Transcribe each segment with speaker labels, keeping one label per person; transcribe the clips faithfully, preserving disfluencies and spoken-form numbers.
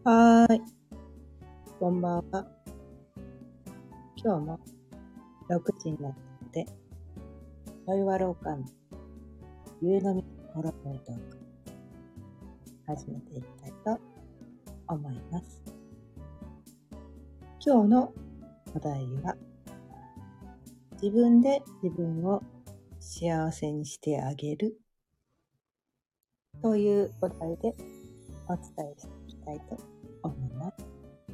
Speaker 1: はーい、こんばんは。今日もろくじになってて、ちょいわろうかんの夕飲みホロポイトーク始めていきたいと思います。今日のお題は、自分で自分を幸せにしてあげるというお題でお伝えしていきたいと思います。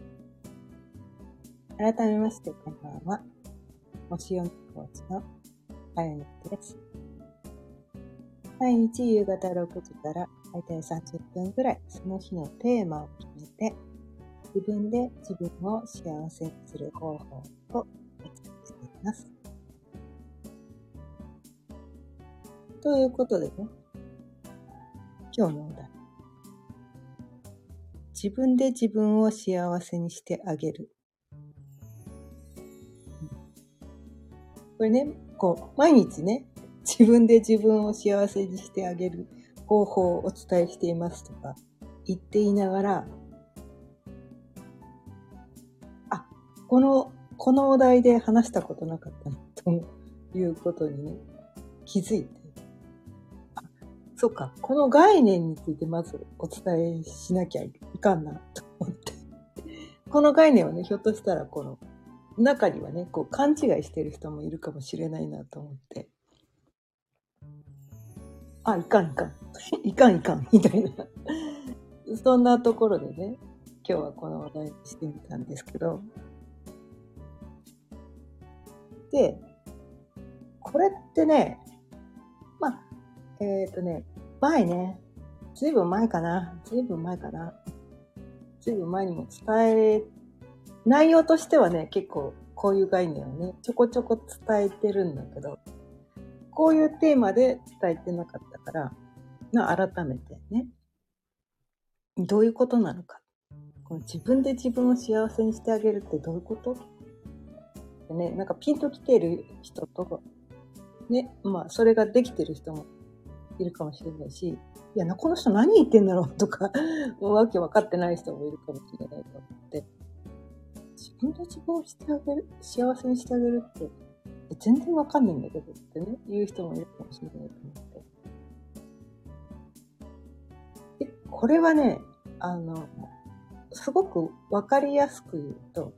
Speaker 1: 改めましてこんばんは。星読みコーチのあやねです。毎日夕方ろくじからだいたいさんじゅっぷんぐらいその日のテーマを決めて自分で自分を幸せにする方法をお伝えしています。ということでね、今日のお題。自分で自分を幸せにしてあげる。これね、こう、毎日ね、自分で自分を幸せにしてあげる方法をお伝えしていますとか言っていながら、あ、この、このお題で話したことなかったなということにね、気づいて、あ、そうか、この概念についてまずお伝えしなきゃいかんなと思って、この概念はね、ひょっとしたらこの中にはね、こう勘違いしてる人もいるかもしれないなと思って、あ、いかんいかん。いかんいかん。みたいな。そんなところでね、今日はこの話題にしてみたんですけど。で、これってね、まあ、えっとね、前ね、ずいぶん前かな。ずいぶん前かな。ずいぶん前にも伝え、内容としてはね、結構こういう概念をね、ちょこちょこ伝えてるんだけど、こういうテーマで伝えてなかったから、まあ、改めてね、どういうことなのか。この自分で自分を幸せにしてあげるってどういうことってね、なんかピンときてる人と、ね、まあそれができてる人もいるかもしれないし、いやな、この人何言ってんだろうとか、もうわけ分かってない人もいるかもしれないと思って、自分で自分をしてあげる、幸せにしてあげるって、全然分かんないんだけどってね、言う人もいるかもしれないと思って。で、これはね、あの、すごく分かりやすく言うと、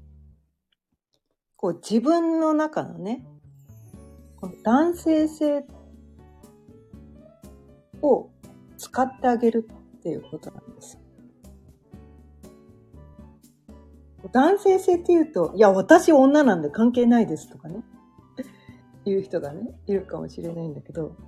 Speaker 1: こう自分の中のね、この男性性を使ってあげるっていうことなんですよ。男性性って言うと、いや、私女なんで関係ないですとかね、言う人がね、いるかもしれないんだけど、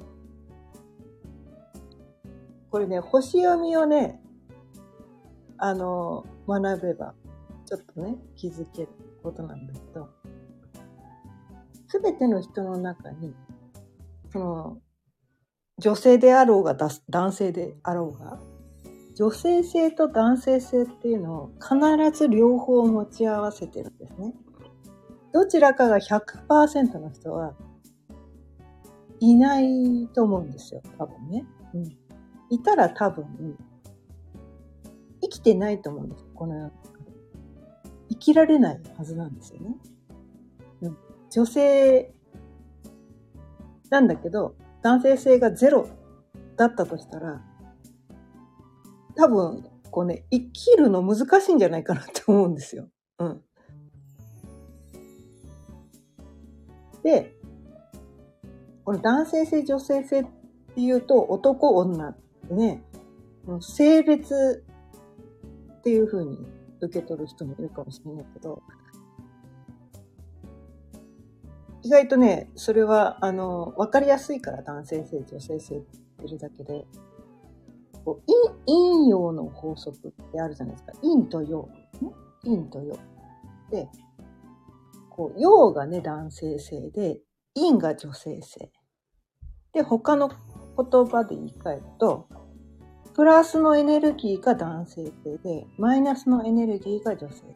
Speaker 1: これね、星読みをね、あの、学べば、ちょっとね、気づけることなんだけど、すべての人の中に、その、女性であろうが男性であろうが、女性性と男性性っていうのを必ず両方持ち合わせてるんですね。どちらかが ひゃくパーセント の人はいないと思うんですよ、多分ね。うん、いたら多分、生きてないと思うんですよ、この世の中で。生きられないはずなんですよね。うん、女性なんだけど、男性性がゼロだったとしたら、多分、こうね、生きるの難しいんじゃないかなって思うんですよ。うん。で、この男性性、女性性っていうと、男、女ってね、性別っていう風に受け取る人もいるかもしれないけど、意外とね、それは、あの、わかりやすいから男性性、女性性って言ってるだけで、こう陰、陰陽の法則ってあるじゃないですか。陰と陽。陰と陽。で、こう陽がね、男性性で、陰が女性性。で、他の言葉で言い換えると、プラスのエネルギーが男性性で、マイナスのエネルギーが女性性。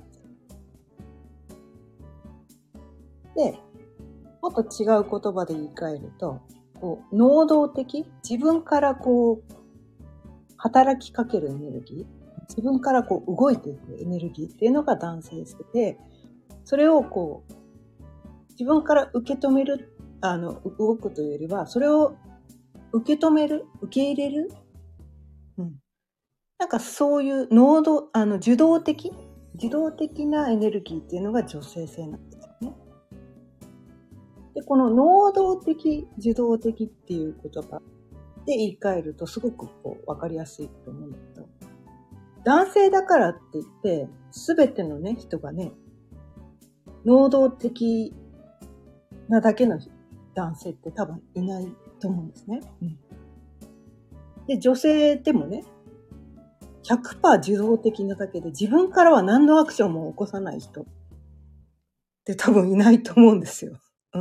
Speaker 1: で、もっと違う言葉で言い換えると、こう能動的、自分からこう働きかけるエネルギー、 自分からこう動いていくエネルギーっていうのが男性性で、それをこう自分から受け止める、あの動くというよりは、それを受け止める、受け入れる、うん、なんかそういう能動、あの受動的受動的なエネルギーっていうのが女性性なんですよね。で、この能動的、受動的っていう言葉で言い換えるとすごくこう分かりやすいと思うんだけど、男性だからって言って全てのね人がね能動的なだけの男性って多分いないと思うんですね。うん、で、女性でもね ひゃくパーセント 受動的なだけで自分からは何のアクションも起こさない人って多分いないと思うんですよ。うん。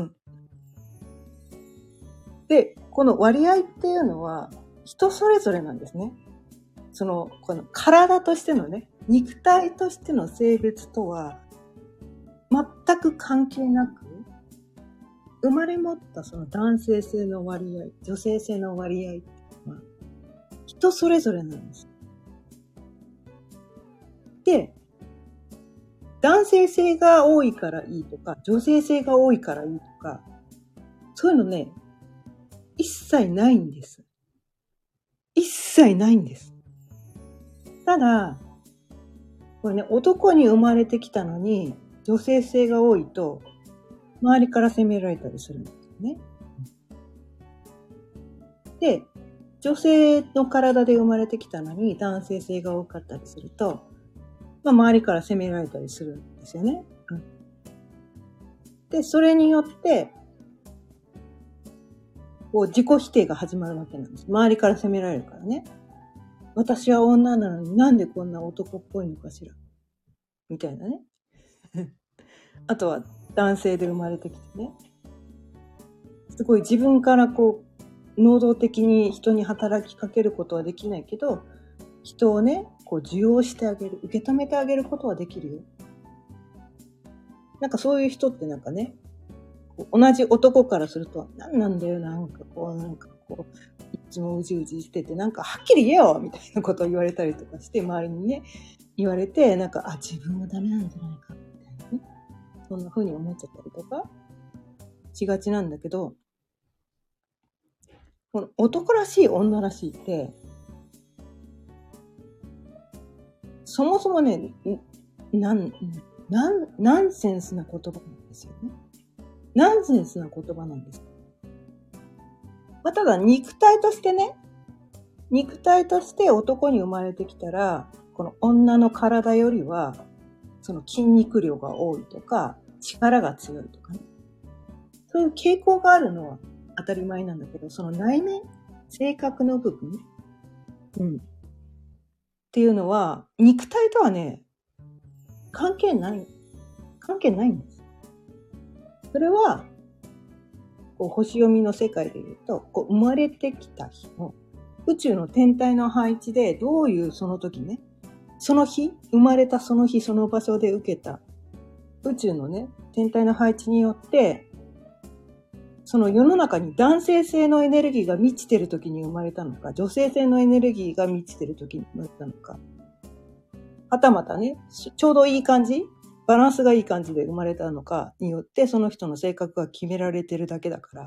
Speaker 1: で、この割合っていうのは人それぞれなんですね。その、この体としてのね、肉体としての性別とは全く関係なく、生まれ持ったその男性性の割合、女性性の割合っていうのは人それぞれなんです。で、男性性が多いからいいとか、女性性が多いからいいとか、そういうのね、一切ないんです。一切ないんです。ただ、これね、男に生まれてきたのに、女性性が多いと、周りから責められたりするんですよね。で、女性の体で生まれてきたのに、男性性が多かったりすると、まあ、周りから責められたりするんですよね。うん、で、それによって、こう自己否定が始まるわけなんです。周りから責められるからね。私は女なのになんでこんな男っぽいのかしら。みたいなね。あとは男性で生まれてきてね。すごい自分からこう、能動的に人に働きかけることはできないけど、人をね、こう受容してあげる、受け止めてあげることはできるよ。なんかそういう人ってなんかね、同じ男からすると、なんなんだよ、なんかこう、なんかこう、いつもうじうじしてて、なんかはっきり言えよみたいなことを言われたりとかして、周りにね、言われて、なんか、あ、自分はダメなんじゃないか、みたいなね。そんな風に思っちゃったりとかしがちなんだけど、この男らしい女らしいって、そもそもね、なん、なん、ナンセンスな言葉なんですよね。ナンセンスな言葉なんです。まあ、ただ肉体としてね、肉体として男に生まれてきたら、この女の体よりは、その筋肉量が多いとか、力が強いとかね。そういう傾向があるのは当たり前なんだけど、その内面、性格の部分、うん、っていうのは、肉体とはね、関係ない、関係ないんです。それは、こう星読みの世界で言うと、こう生まれてきた日の宇宙の天体の配置でどういうその時ね、その日、生まれたその日その場所で受けた宇宙のね、天体の配置によって、その世の中に男性性のエネルギーが満ちてる時に生まれたのか、女性性のエネルギーが満ちてる時に生まれたのか、はたまたね、ちょうどいい感じ、バランスがいい感じで生まれたのかによってその人の性格が決められてるだけだから、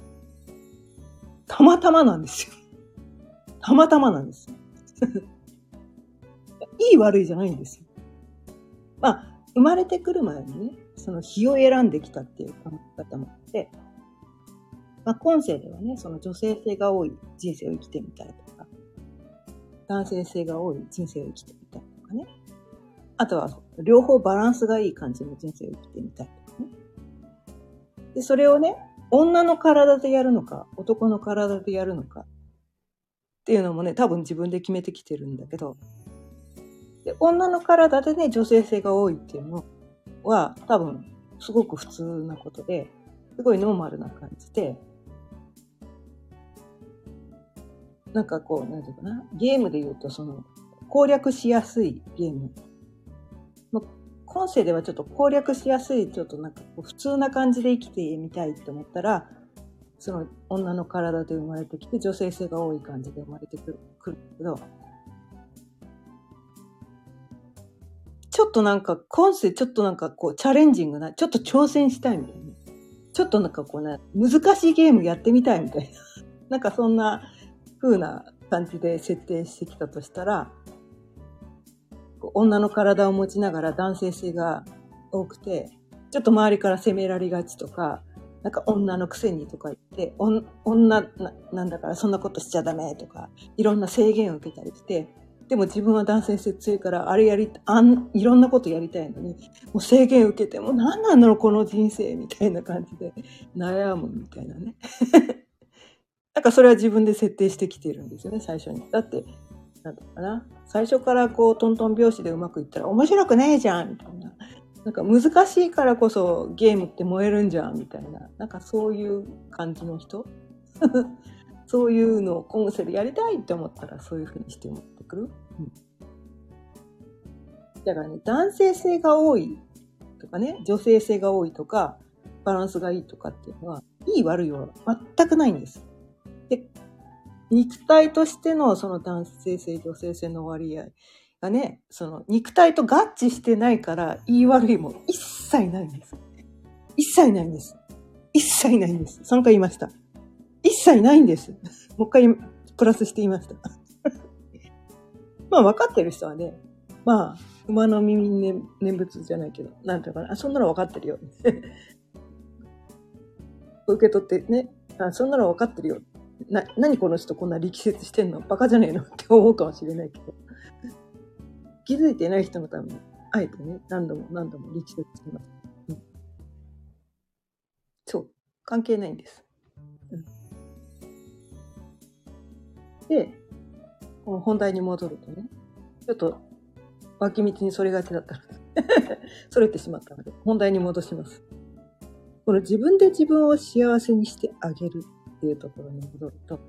Speaker 1: たまたまなんですよ。たまたまなんです。いい悪いじゃないんですよ。まあ、生まれてくる前にね、その日を選んできたっていう考え方もあって、まあ、今世ではね、その女性性が多い人生を生きてみたいとか、男性性が多い人生を生きてみたいとかね。あとは、両方バランスがいい感じの人生を生きてみたいとかね。で、それをね、女の体でやるのか、男の体でやるのかっていうのもね、多分自分で決めてきてるんだけど、で、女の体でね、女性性が多いっていうのは、多分、すごく普通なことで、すごいノーマルな感じで、なんかこう、なんていうかな、ゲームで言うと、その、攻略しやすいゲーム。今世ではちょっと攻略しやすい、ちょっとなんかこう普通な感じで生きてみたいって思ったら、その女の体で生まれてきて、女性性が多い感じで生まれてくる、くるけど、 っとなんか今世ちょっとなんかこうチャレンジングな、ちょっと挑戦したいみたいな。ちょっとなんかこうね、難しいゲームやってみたいみたいな。なんかそんな風な感じで設定してきたとしたら、女の体を持ちながら男性性が多くて、ちょっと周りから責められがちとか、なんか女のくせにとか言って、女 な, なんだからそんなことしちゃダメとか、いろんな制限を受けたりして、でも自分は男性性強いからあれやりあんいろんなことやりたいのに、もう制限を受けても何なんだろうこの人生みたいな感じで悩むみたいなね。なんかそれは自分で設定してきてるんですよね、最初に。だってなんだかな、最初からこうトントン拍子でうまくいったら面白くねえじゃんみたいな。なんか難しいからこそゲームって燃えるんじゃんみたいな。なんかそういう感じの人。そういうのを今世でやりたいって思ったらそういう風にして持ってくる。うん、だからね、男性性が多いとかね、女性性が多いとか、バランスがいいとかっていうのは、いい悪いは全くないんです。で、肉体としてのその男性性、女性性の割合がね、その肉体と合致してないから、いい悪いも一切ないんです。一切ないんです。一切ないんです。さんかい言いました。一切ないんです。もう一回プラスして言いました。まあ分かってる人はね、まあ馬の耳に念仏じゃないけど、なんていうかな、あ、そんなの分かってるよ。受け取ってね、あ、そんなの分かってるよ。な、何この人こんな力説してんの？バカじゃねえのって思うかもしれないけど、気づいてない人のために、あえてね、何度も何度も力説してます。うん、そう、関係ないんです。うん、で、この本題に戻るとね、ちょっと脇道にそれがちだったのでそれてしまったので本題に戻します。この自分で自分を幸せにしてあげるっていうところに戻ると、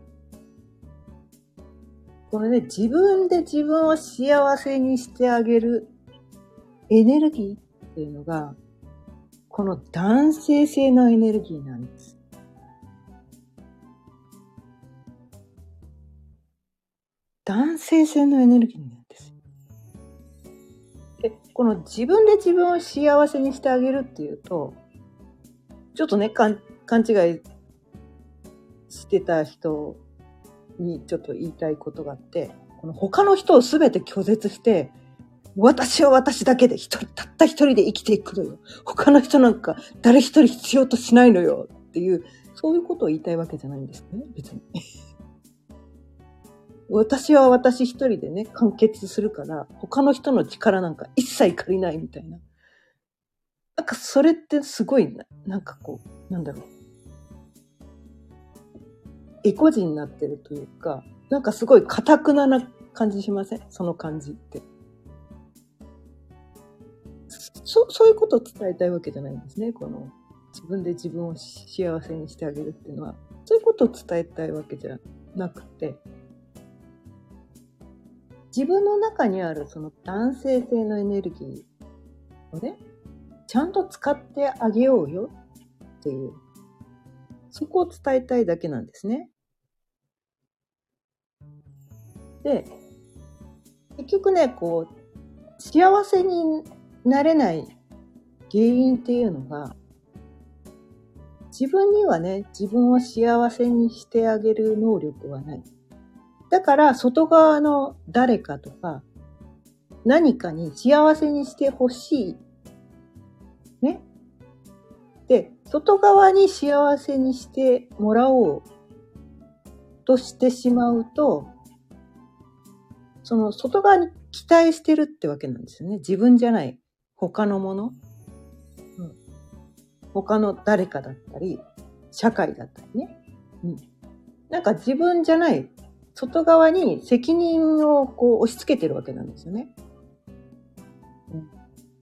Speaker 1: このね、自分で自分を幸せにしてあげるエネルギーっていうのが、この男性性のエネルギーなんです。男性性のエネルギーなんです。で、この自分で自分を幸せにしてあげるっていうと、ちょっとね、勘違いしてた人にちょっと言いたいことがあって、この他の人をすべて拒絶して、私は私だけで一人、たった一人で生きていくのよ。他の人なんか誰一人必要としないのよっていう、そういうことを言いたいわけじゃないんですね、別に。私は私一人でね、完結するから、他の人の力なんか一切借りないみたいな。なんかそれってすごいな、なんかこう、なんだろう。エコ人になってるというか、なんかすごい堅くなな感じしません？その感じって。そ, そういうことを伝えたいわけじゃないんですね。この自分で自分を幸せにしてあげるっていうのは、そういうことを伝えたいわけじゃなくて、自分の中にあるその男性性のエネルギーをね、ちゃんと使ってあげようよっていう、そこを伝えたいだけなんですね。で、結局ね、こう幸せになれない原因っていうのが、自分にはね、自分を幸せにしてあげる能力はない。だから外側の誰かとか何かに幸せにしてほしい。ね。で、外側に幸せにしてもらおうとしてしまうと、その外側に期待してるってわけなんですよね。自分じゃない他のもの、うん、他の誰かだったり社会だったりね、うん、なんか自分じゃない外側に責任をこう押し付けてるわけなんですよね、うん、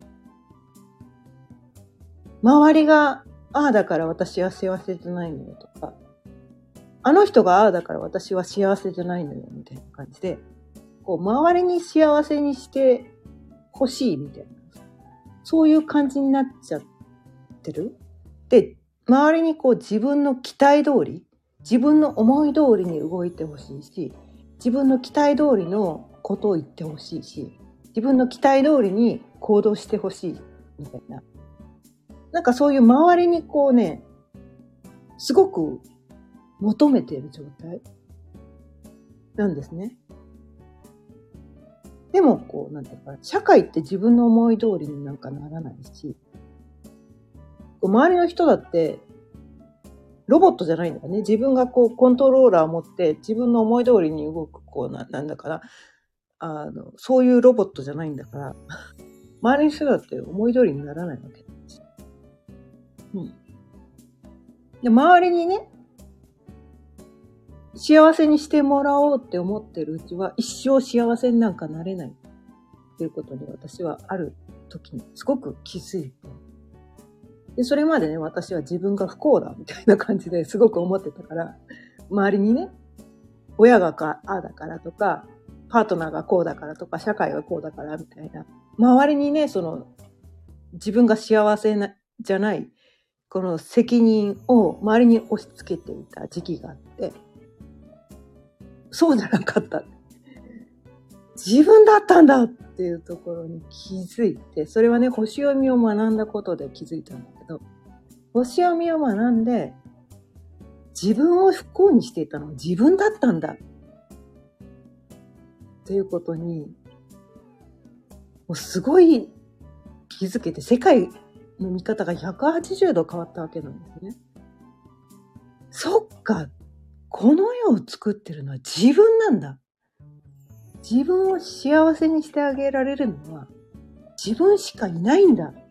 Speaker 1: 周りがああだから私は幸せじゃないのよとか、あの人がああだから私は幸せじゃないのよみたいな感じで、こう周りに幸せにしてほしいみたいな、そういう感じになっちゃってる。で、周りにこう自分の期待通り、自分の思い通りに動いてほしいし、自分の期待通りのことを言ってほしいし、自分の期待通りに行動してほしいみたいな。なんかそういう周りにこうね、すごく求めている状態なんですね。でもこう、なんていうか、社会って自分の思い通りになんかならないし、周りの人だってロボットじゃないんだよね。自分がこうコントローラーを持って自分の思い通りに動くこうな、なんだから、あの、そういうロボットじゃないんだから、周りの人だって思い通りにならないわけなんですよ。うん。で、周りにね、幸せにしてもらおうって思ってるうちは一生幸せになんかなれないっていうことに私はある時にすごく気づいて、で、それまでね、私は自分が不幸だみたいな感じですごく思ってたから、周りにね、親がか、ああだからとか、パートナーがこうだからとか、社会がこうだからみたいな、周りにね、その、自分が幸せな、じゃない、この責任を周りに押し付けていた時期があって、そうじゃなかった。自分だったんだっていうところに気づいて、それはね、星読みを学んだことで気づいたんだけど、星読みを学んで、自分を不幸にしていたのは自分だったんだっていうことに、もうすごい気づけて、世界の見方がひゃくはちじゅうど変わったわけなんですね。そっか、この世を作ってるのは自分なんだ。自分を幸せにしてあげられるのは自分しかいないんだ。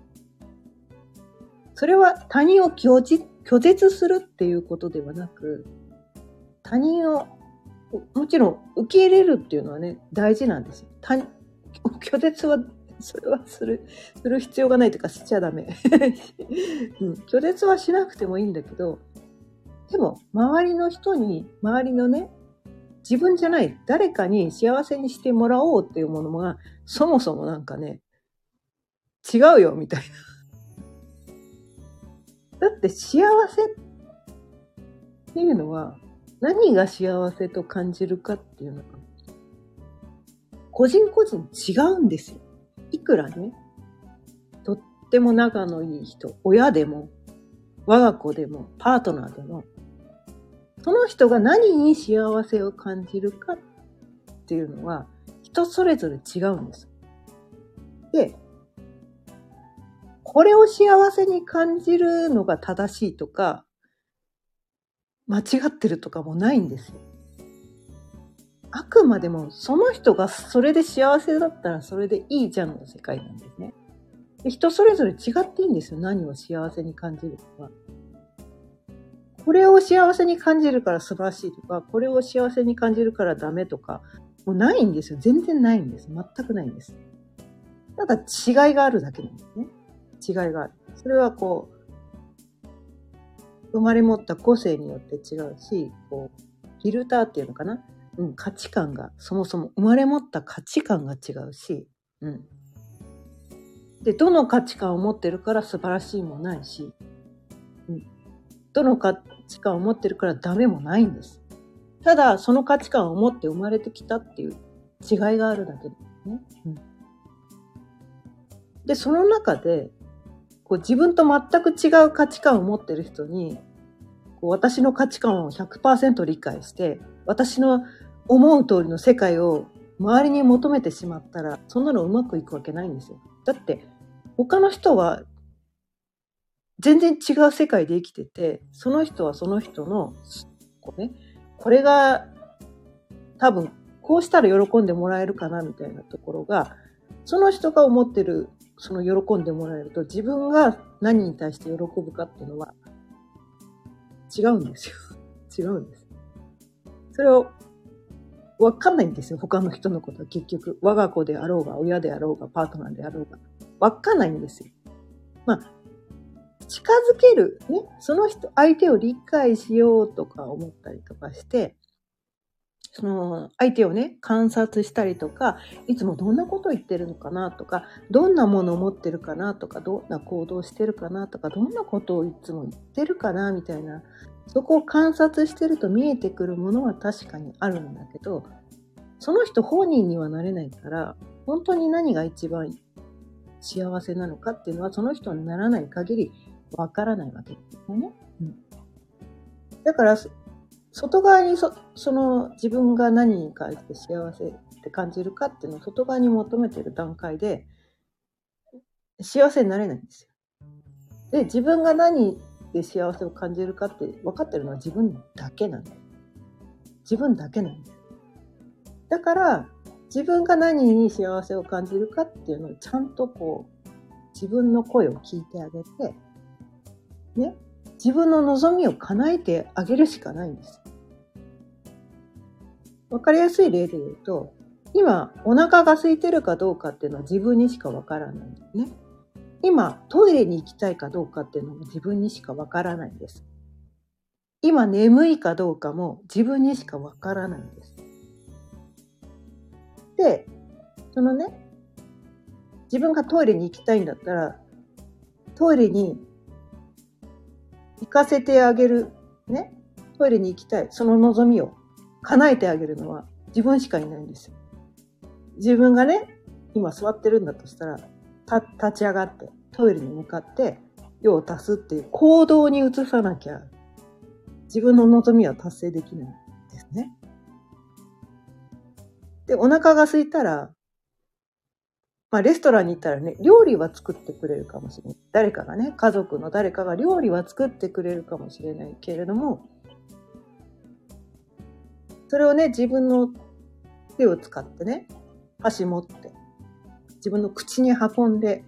Speaker 1: それは他人を拒絶、拒絶するっていうことではなく、他人をもちろん受け入れるっていうのはね、大事なんですよ。他拒絶は、それはする、する必要がないというか、しちゃダメ、うん。拒絶はしなくてもいいんだけど、でも周りの人に、周りのね、自分じゃない誰かに幸せにしてもらおうっていうものがそもそもなんかね、違うよみたいな。だって幸せっていうのは何が幸せと感じるかっていうのが個人個人違うんですよ。いくらね、とっても仲のいい人、親でも我が子でもパートナーでも、その人が何に幸せを感じるかっていうのは人それぞれ違うんです。で、これを幸せに感じるのが正しいとか間違ってるとかもないんですよ。あくまでもその人がそれで幸せだったらそれでいいじゃんの世界なんですね。で、人それぞれ違っていいんですよ。何を幸せに感じるかは。これを幸せに感じるから素晴らしいとか、これを幸せに感じるからダメとか、もうないんですよ。全然ないんです。全くないんです。ただ違いがあるだけなんですね。違いがある。それはこう、生まれ持った個性によって違うし、こう、フィルターっていうのかな、うん、価値観が、そもそも生まれ持った価値観が違うし、うん。で、どの価値観を持ってるから素晴らしいもないし、うん。どの価値観を持ってるからダメもないんです。ただ、その価値観を持って生まれてきたっていう違いがあるだけですね。うん、で、その中で、こう自分と全く違う価値観を持ってる人に、こう私の価値観を ひゃくパーセント 理解して、私の思う通りの世界を周りに求めてしまったら、そんなのうまくいくわけないんですよ。だって、他の人は全然違う世界で生きてて、その人はその人の、こうね、これが多分こうしたら喜んでもらえるかなみたいなところが、その人が思ってる、その喜んでもらえると自分が何に対して喜ぶかっていうのは違うんですよ。違うんです。それを分かんないんですよ。他の人のことは結局。我が子であろうが、親であろうが、パートナーであろうが。分かんないんですよ。まあ、近づける、ね。その人、相手を理解しようとか思ったりとかして、その相手をね、観察したりとか、いつもどんなことを言ってるのかなとか、どんなものを持ってるかなとか、どんな行動してるかなとか、どんなことをいつも言ってるかなみたいな、そこを観察してると見えてくるものは確かにあるんだけど、その人本人にはなれないから、本当に何が一番幸せなのかっていうのはその人にならない限りわからないわけですよね。うん、だから外側に そ, その自分が何に関して幸せって感じるかっていうのを外側に求めている段階で幸せになれないんですよ。で、自分が何で幸せを感じるかって分かってるのは自分だけなんです。自分だけなんです。だから自分が何に幸せを感じるかっていうのをちゃんとこう自分の声を聞いてあげて、ね、自分の望みを叶えてあげるしかないんです。わかりやすい例で言うと、今お腹が空いてるかどうかっていうのは自分にしかわからないんですね。今トイレに行きたいかどうかっていうのも自分にしかわからないんです。今眠いかどうかも自分にしかわからないんです。で、そのね、自分がトイレに行きたいんだったら、トイレに行かせてあげる、ね、トイレに行きたい、その望みを叶えてあげるのは自分しかいないんですよ。自分がね、今座ってるんだとしたら、た立ち上がってトイレに向かって用を足すっていう行動に移さなきゃ自分の望みは達成できないんですね。で、お腹が空いたら、まあレストランに行ったらね、料理は作ってくれるかもしれない。誰かがね、家族の誰かが料理は作ってくれるかもしれないけれども、それをね、自分の手を使ってね、箸持って、自分の口に運んで、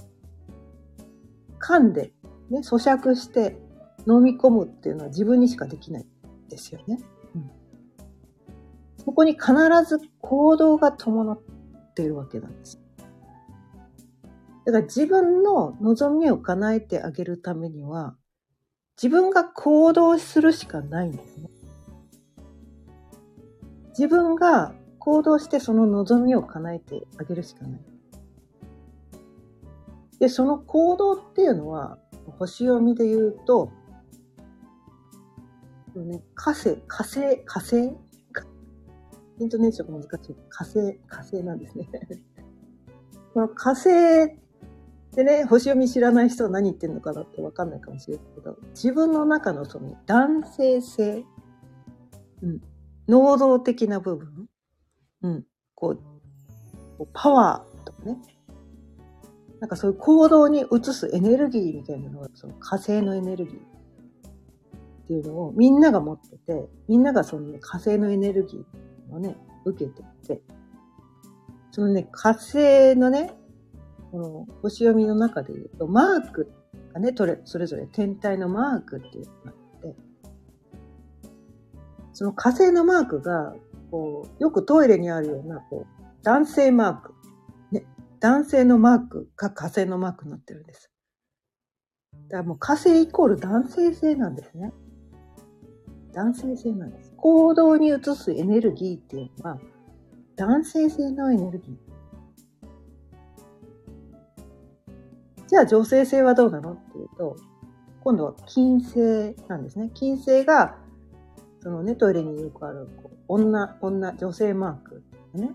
Speaker 1: 噛んで、ね、咀嚼して飲み込むっていうのは自分にしかできないですよね。うん、そこに必ず行動が伴っているわけなんです。だから自分の望みを叶えてあげるためには、自分が行動するしかないんですね。自分が行動してその望みを叶えてあげるしかない。で、その行動っていうのは、星読みで言うと、ね、火星、火星、火星イントネーションが難しい。火星、火星なんですね。この火星でね、星読み知らない人は何言ってるのかなって分かんないかもしれないけど、自分の中のその男性性、うん、能動的な部分、うん、こう、パワーとかね、なんかそういう行動に移すエネルギーみたいなのが、その火星のエネルギーっていうのをみんなが持ってて、みんながその、ね、火星のエネルギーをね、受けていて、そのね、火星のね、この星読みの中で言うと、マークがね、それぞれ天体のマークっていうのがあって、その火星のマークが、こう、よくトイレにあるような、こう、男性マーク、ね、男性のマークが火星のマークになってるんです。だからもう火星イコール男性性なんですね。男性性なんです。行動に移すエネルギーっていうのは、男性性のエネルギー。じゃあ女性性はどうなのっていうと、今度は金星なんですね。金星が、そのね、トイレによくある、こう女、女、女性マークね。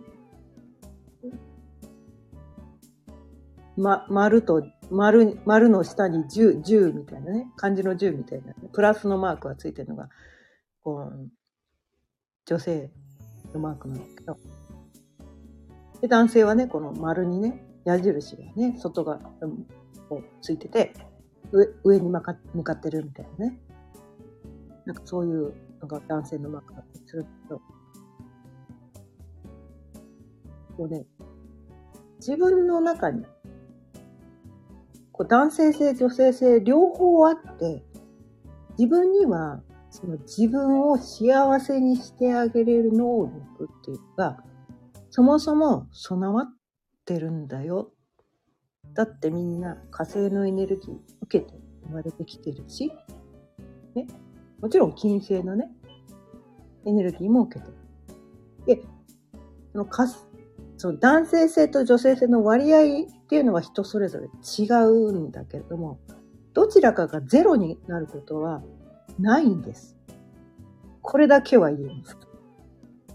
Speaker 1: ま、丸と、丸、丸の下にじゅう、じゅうみたいなね、漢字のじゅうみたいな、ね、プラスのマークがついてるのが、こう、女性のマークなんだけど。で、男性はね、この丸にね、矢印がね、外がこうついてて、上、上に向か、向かってるみたいなね。なんかそういうのが男性のマークだったりするけど、こうね、自分の中に、こう男性性、女性性両方あって、自分にはその自分を幸せにしてあげれる能力っていうか、そもそも備わってるんだよ。だってみんな火星のエネルギー受けて生まれてきてるし、ね、もちろん金星のね、エネルギーも受けてる。で、その火その男性性と女性性の割合っていうのは人それぞれ違うんだけれども、どちらかがゼロになることはないんです。これだけは言えます。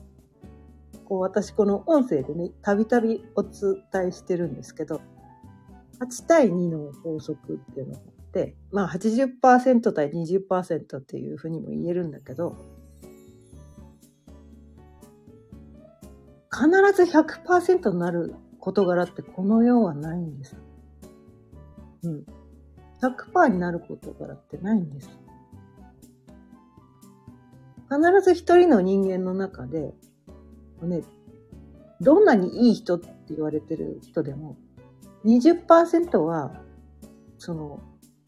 Speaker 1: こう私この音声でね、たびたびお伝えしてるんですけど、 はち対にの法則っていうのがあって、まあ はちじゅっパーセント 対 にじゅっパーセント っていうふうにも言えるんだけど、必ず ひゃくパーセント になる事柄ってこの世はないんです。うん。ひゃくパーセント になる事柄ってないんです。必ず一人の人間の中で、ね、どんなにいい人って言われてる人でも、にじゅっパーセント は、その、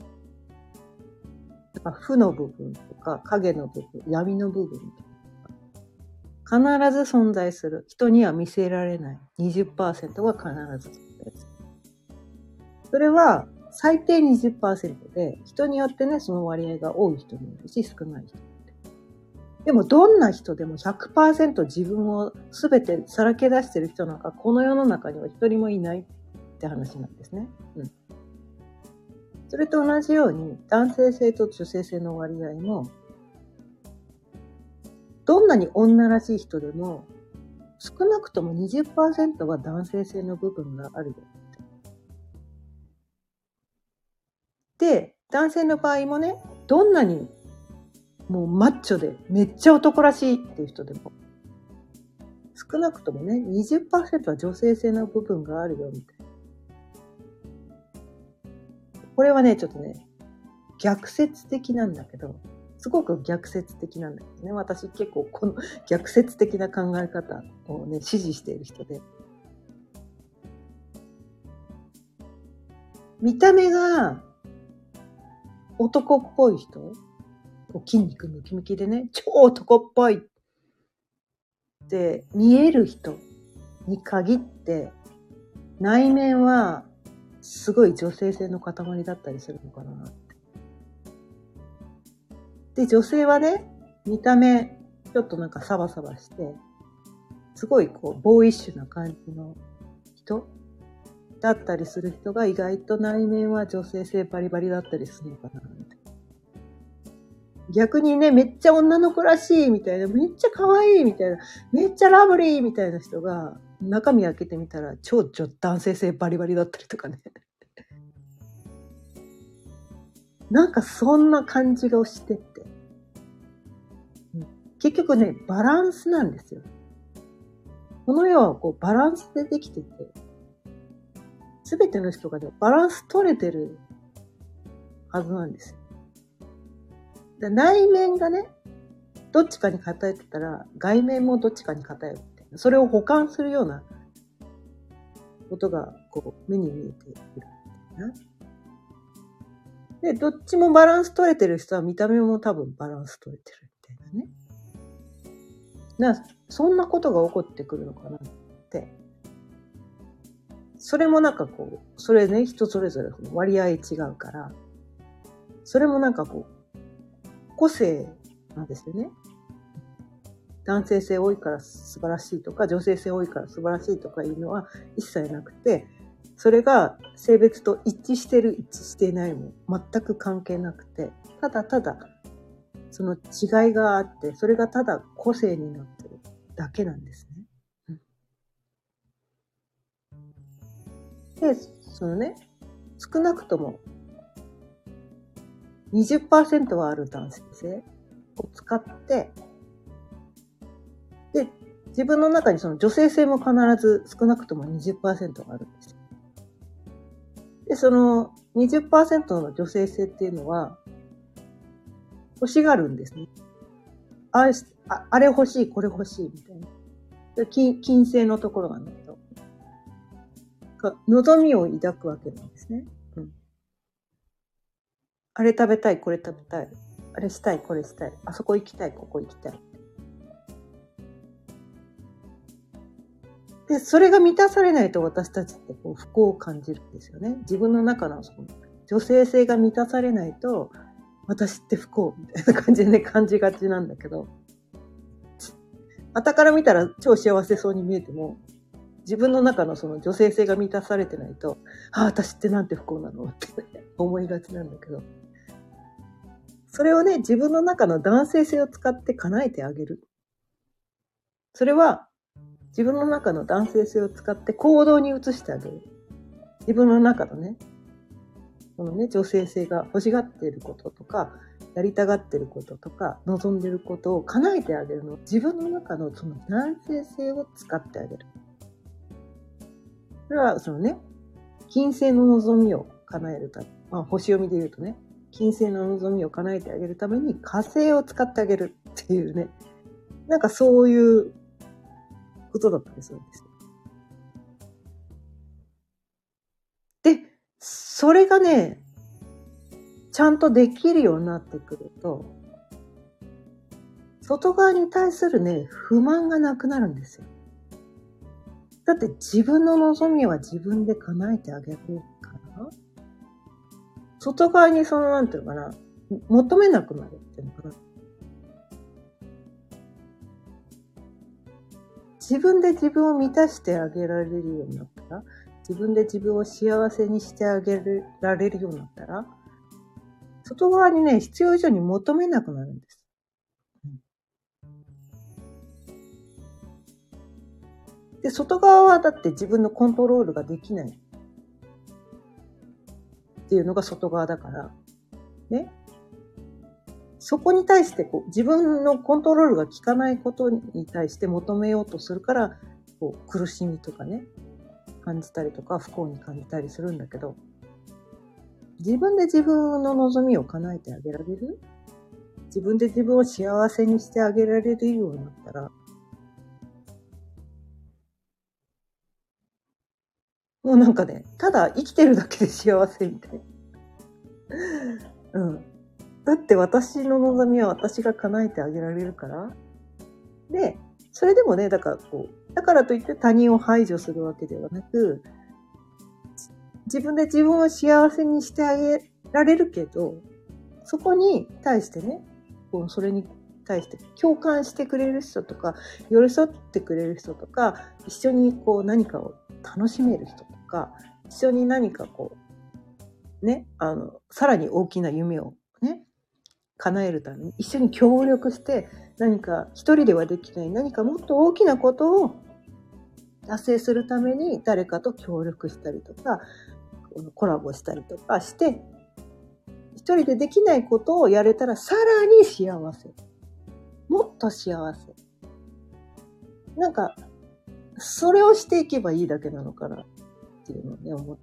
Speaker 1: 負の部分とか、影の部分、闇の部分とか、必ず存在する。人には見せられない にじゅっパーセント が必ず存在する。それは、最低 にじゅっパーセント で、人によってね、その割合が多い人もいるし、少ない人もいる。でも、どんな人でも ひゃくパーセント 自分を全てさらけ出してる人なんか、この世の中には一人もいないって話なんですね。うん。それと同じように、男性性と女性性の割合も、どんなに女らしい人でも、少なくとも にじゅっパーセント は男性性の部分があるよ。で、男性の場合もね、どんなにもうマッチョでめっちゃ男らしいっていう人でも、少なくともね、にじゅっパーセント は女性性の部分があるよみたいな。これはね、ちょっとね、逆説的なんだけど、すごく逆説的なんだけどね、私結構この逆説的な考え方をね、支持している人で。見た目が男っぽい人、筋肉ムキムキでね、超男っぽいって見える人に限って、内面はすごい女性性の塊だったりするのかなって。で、女性はね、見た目ちょっとなんかサバサバして、すごいこうボーイッシュな感じの人だったりする人が意外と内面は女性性バリバリだったりするのかなって。逆にね、めっちゃ女の子らしいみたいな、めっちゃ可愛いみたいな、めっちゃラブリーみたいな人が、中身開けてみたら超男性性バリバリだったりとかね。なんかそんな感じがしてって。結局ね、バランスなんですよ。この世はこうバランスでできてて、すべての人がね、バランス取れてるはずなんですよ。で、内面がね、どっちかに偏ってたら、外面もどっちかに偏って、それを補完するようなことがこう目に見えているな。で、どっちもバランス取れてる人は見た目も多分バランス取れてるみたいなね。な、そんなことが起こってくるのかなって。それもなんかこう、それね、人それぞれ割合違うから、それもなんかこう、個性なんですよね。男性性多いから素晴らしいとか、女性性多いから素晴らしいとかいうのは一切なくて、それが性別と一致してる、一致していないも全く関係なくて、ただただその違いがあって、それがただ個性になってるだけなんですね。うん、で、そのね、少なくとも にじゅっパーセント はある男性性を使って、で、自分の中にその女性性も必ず少なくとも にじゅっパーセント があるんですよ。で、その にじゅっパーセント の女性性っていうのは、欲しがるんですね。あれ、あれ欲しい、これ欲しい、みたいな。金、金星のところなんだけど。望みを抱くわけなんですね。うん。あれ食べたい、これ食べたい。あれしたい、これしたい。あそこ行きたい、ここ行きたい。で、それが満たされないと私たちってこう不幸を感じるんですよね。自分の中のその女性性が満たされないと、私って不幸みたいな感じでね、感じがちなんだけど、傍から見たら超幸せそうに見えても、自分の中のその女性性が満たされてないと、ああ、私ってなんて不幸なのって思いがちなんだけど、それをね、自分の中の男性性を使って叶えてあげる。それは、自分の中の男性性を使って行動に移してあげる。 自分の中のね、このね、女性性が欲しがっていることとか、やりたがっていることとか、望んでいることを叶えてあげるの。自分の中のその男性性を使ってあげる。それはそのね、金星の望みを叶えるため、まあ、星読みで言うとね、金星の望みを叶えてあげるために火星を使ってあげるっていうね、なんかそういうことだったりするんですよ。で、それがね、ちゃんとできるようになってくると、外側に対するね、不満がなくなるんですよ。だって自分の望みは自分で叶えてあげるから、外側にその、なんていうのかな、求めなくなるっていうのかな。自分で自分を満たしてあげられるようになったら、自分で自分を幸せにしてあげられるようになったら、外側にね、必要以上に求めなくなるんです。で、外側はだって自分のコントロールができないっていうのが外側だから、ね。そこに対してこう自分のコントロールが効かないことに対して求めようとするから、こう苦しみとかね、感じたりとか不幸に感じたりするんだけど、自分で自分の望みを叶えてあげられる？自分で自分を幸せにしてあげられるようになったら、もうなんかね、ただ生きてるだけで幸せみたいな。うん。だって私の望みは私が叶えてあげられるから。で、それでもね、だからこう、だからといって他人を排除するわけではなく、自分で自分を幸せにしてあげられるけど、そこに対してね、こうそれに対して共感してくれる人とか、寄り添ってくれる人とか、一緒にこう何かを楽しめる人とか、一緒に何かこう、ね、あの、さらに大きな夢をね、叶えるために一緒に協力して何か一人ではできない何かもっと大きなことを達成するために誰かと協力したりとかコラボしたりとかして一人でできないことをやれたらさらに幸せ、もっと幸せ、なんかそれをしていけばいいだけなのかなっていうのをね思って、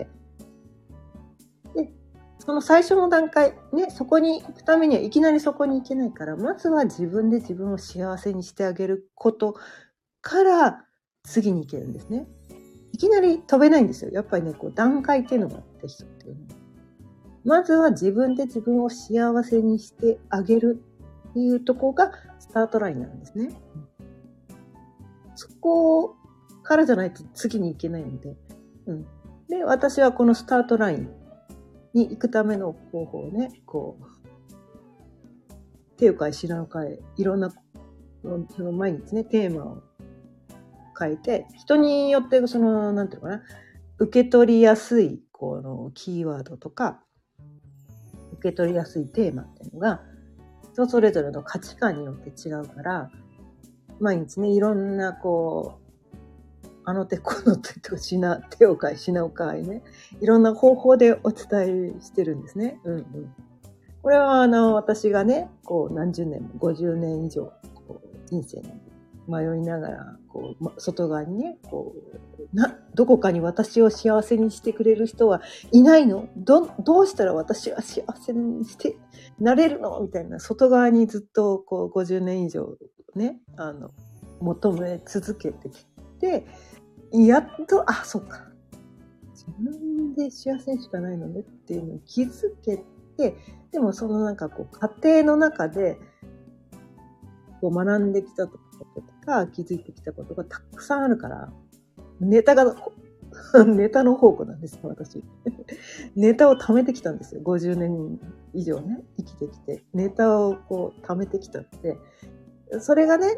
Speaker 1: でその最初の段階ね、そこに行くためにはいきなりそこに行けないから、まずは自分で自分を幸せにしてあげることから次に行けるんですね。いきなり飛べないんですよ。やっぱりね、こう段階っていうのがあって人っていうのは。まずは自分で自分を幸せにしてあげるっていうところがスタートラインなんですね。そこからじゃないと次に行けないので。うん、で、私はこのスタートラインに行くための方法をね、こう、手を変え品を変え、いろんな、その毎日ね、テーマを変えて、人によってその、なんていうのかな、受け取りやすい、このキーワードとか、受け取りやすいテーマっていうのが、人それぞれの価値観によって違うから、毎日ね、いろんなこう、あの手この手と品、手を変え品を変えね、いろんな方法でお伝えしてるんですね。うんうん。これはあの私がね、こう何十年もごじゅうねん以上こう人生に迷いながらこう外側にね、こうなどこかに私を幸せにしてくれる人はいないの？どどうしたら私は幸せにしてなれるの？みたいな外側にずっとこうごじゅうねん以上ね、あの求め続けてきて、やっとあそうか。自分で幸せにしかないのねっていうのに気づけて、でもそのなんかこう家庭の中でこう学んできたこととか気づいてきたことがたくさんあるから、ネタがネタの宝庫なんですよ私。ネタを貯めてきたんですよ。ごじゅうねん以上ね生きてきてネタをこう貯めてきたって、それがね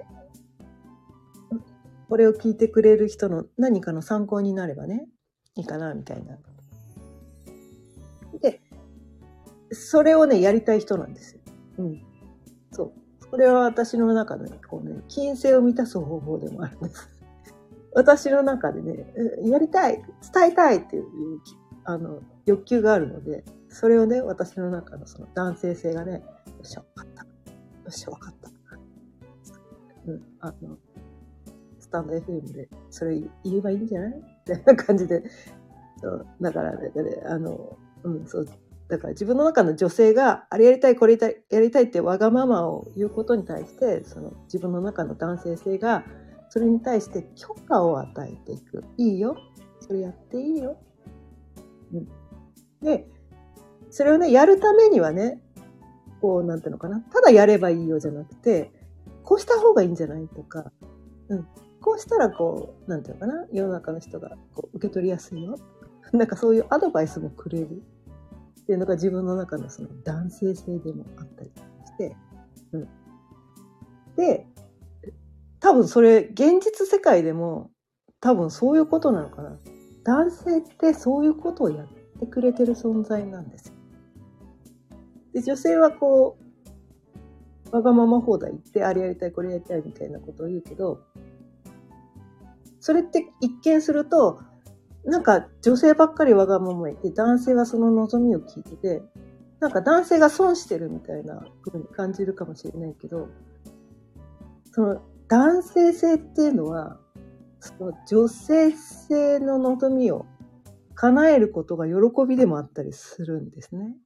Speaker 1: これを聞いてくれる人の何かの参考になればねいいかなみたいな。で、それをねやりたい人なんですよ。うん、そう。それは私の中のこうね金星を満たす方法でもあるんです。 私の中でね、やりたい、伝えたいっていう、あの、欲求があるので、それをね、私の中のその男性性がね、よっしゃ、わかった。よっしゃ、わかった。うん、あの、スタンド エフエム で、それ言えばいいんじゃないみたいな感じで、そう、だからね、あの、うん、そう、だから自分の中の女性が、あれやりたい、これやりたい、やりたいってわがままを言うことに対して、その自分の中の男性性が、それに対して許可を与えていく。いいよ。それやっていいよ。うん、で、それをね、やるためにはね、こう、なんていうのかな。ただやればいいよじゃなくて、こうした方がいいんじゃないとか、うん。こうしたらこう、なんていうのかな。世の中の人がこう受け取りやすいよ。なんかそういうアドバイスもくれるっていうのが自分の中のその男性性でもあったりして、うん。で、多分それ、現実世界でも多分そういうことなのかな。男性ってそういうことをやってくれてる存在なんですよ。で、女性はこう、わがまま放題言って、あれやりたい、これやりたいみたいなことを言うけど、それって一見すると、なんか女性ばっかりわがまま言って、男性はその望みを聞いてて、なんか男性が損してるみたいな風に感じるかもしれないけど、その男性性っていうのは、その女性性の望みを叶えることが喜びでもあったりするんですね。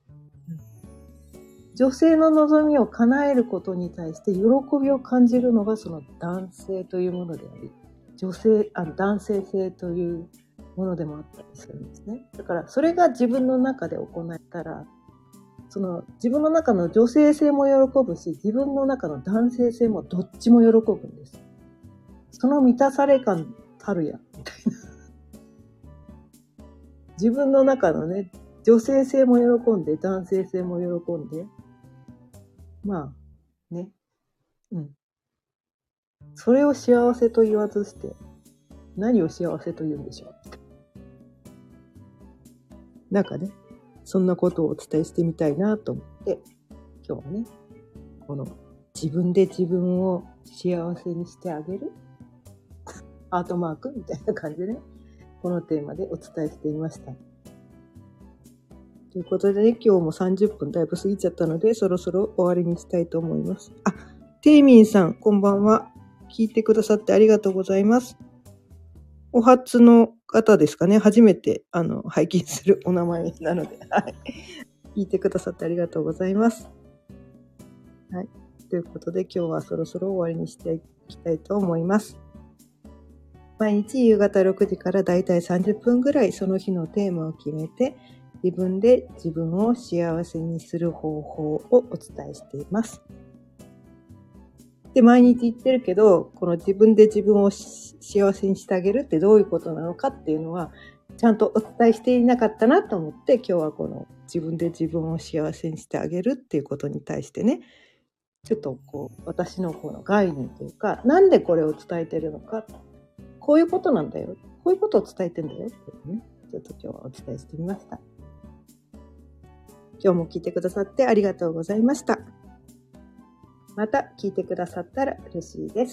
Speaker 1: 女性の望みを叶えることに対して喜びを感じるのがその男性というものであり、女性、あの男性性というものでもあったりするんですね。だからそれが自分の中で行えたら、その自分の中の女性性も喜ぶし、自分の中の男性性もどっちも喜ぶんです。その満たされ感たるや、みたいな。自分の中のね、女性性も喜んで、男性性も喜んで、まあ、ね。うん。それを幸せと言わずして、何を幸せと言うんでしょう。なんかね、そんなことをお伝えしてみたいなと思って、今日はね、この自分で自分を幸せにしてあげるアートマークみたいな感じでね、このテーマでお伝えしていました。ということでね、今日もさんじゅっぷんだいぶ過ぎちゃったので、そろそろ終わりにしたいと思います。あ、テイミンさん、こんばんは。聞いてくださってありがとうございます。お初の方ですかね。初めて、あの、拝見するお名前なので、はい。聞いてくださってありがとうございます。はい。ということで、今日はそろそろ終わりにしていきたいと思います。毎日夕方ろくじからだいたいさんじゅっぷんぐらいその日のテーマを決めて、自分で自分を幸せにする方法をお伝えしています。で、毎日言ってるけど、この自分で自分を幸せにしてあげるってどういうことなのかっていうのは、ちゃんとお伝えしていなかったなと思って、今日はこの自分で自分を幸せにしてあげるっていうことに対してね、ちょっとこう、私のこの概念というか、なんでこれを伝えてるのか、こういうことなんだよ。こういうことを伝えてんだよってね、ちょっと今日はお伝えしてみました。今日も聞いてくださってありがとうございました。また聞いてくださったら嬉しいです。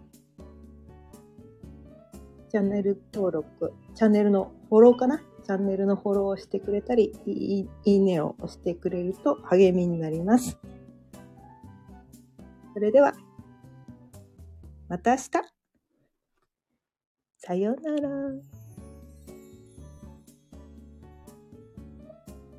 Speaker 1: チャンネル登録、チャンネルのフォローかな？チャンネルのフォローをしてくれたり、いい、いいねを押してくれると励みになります。それでは、また明日。さようなら。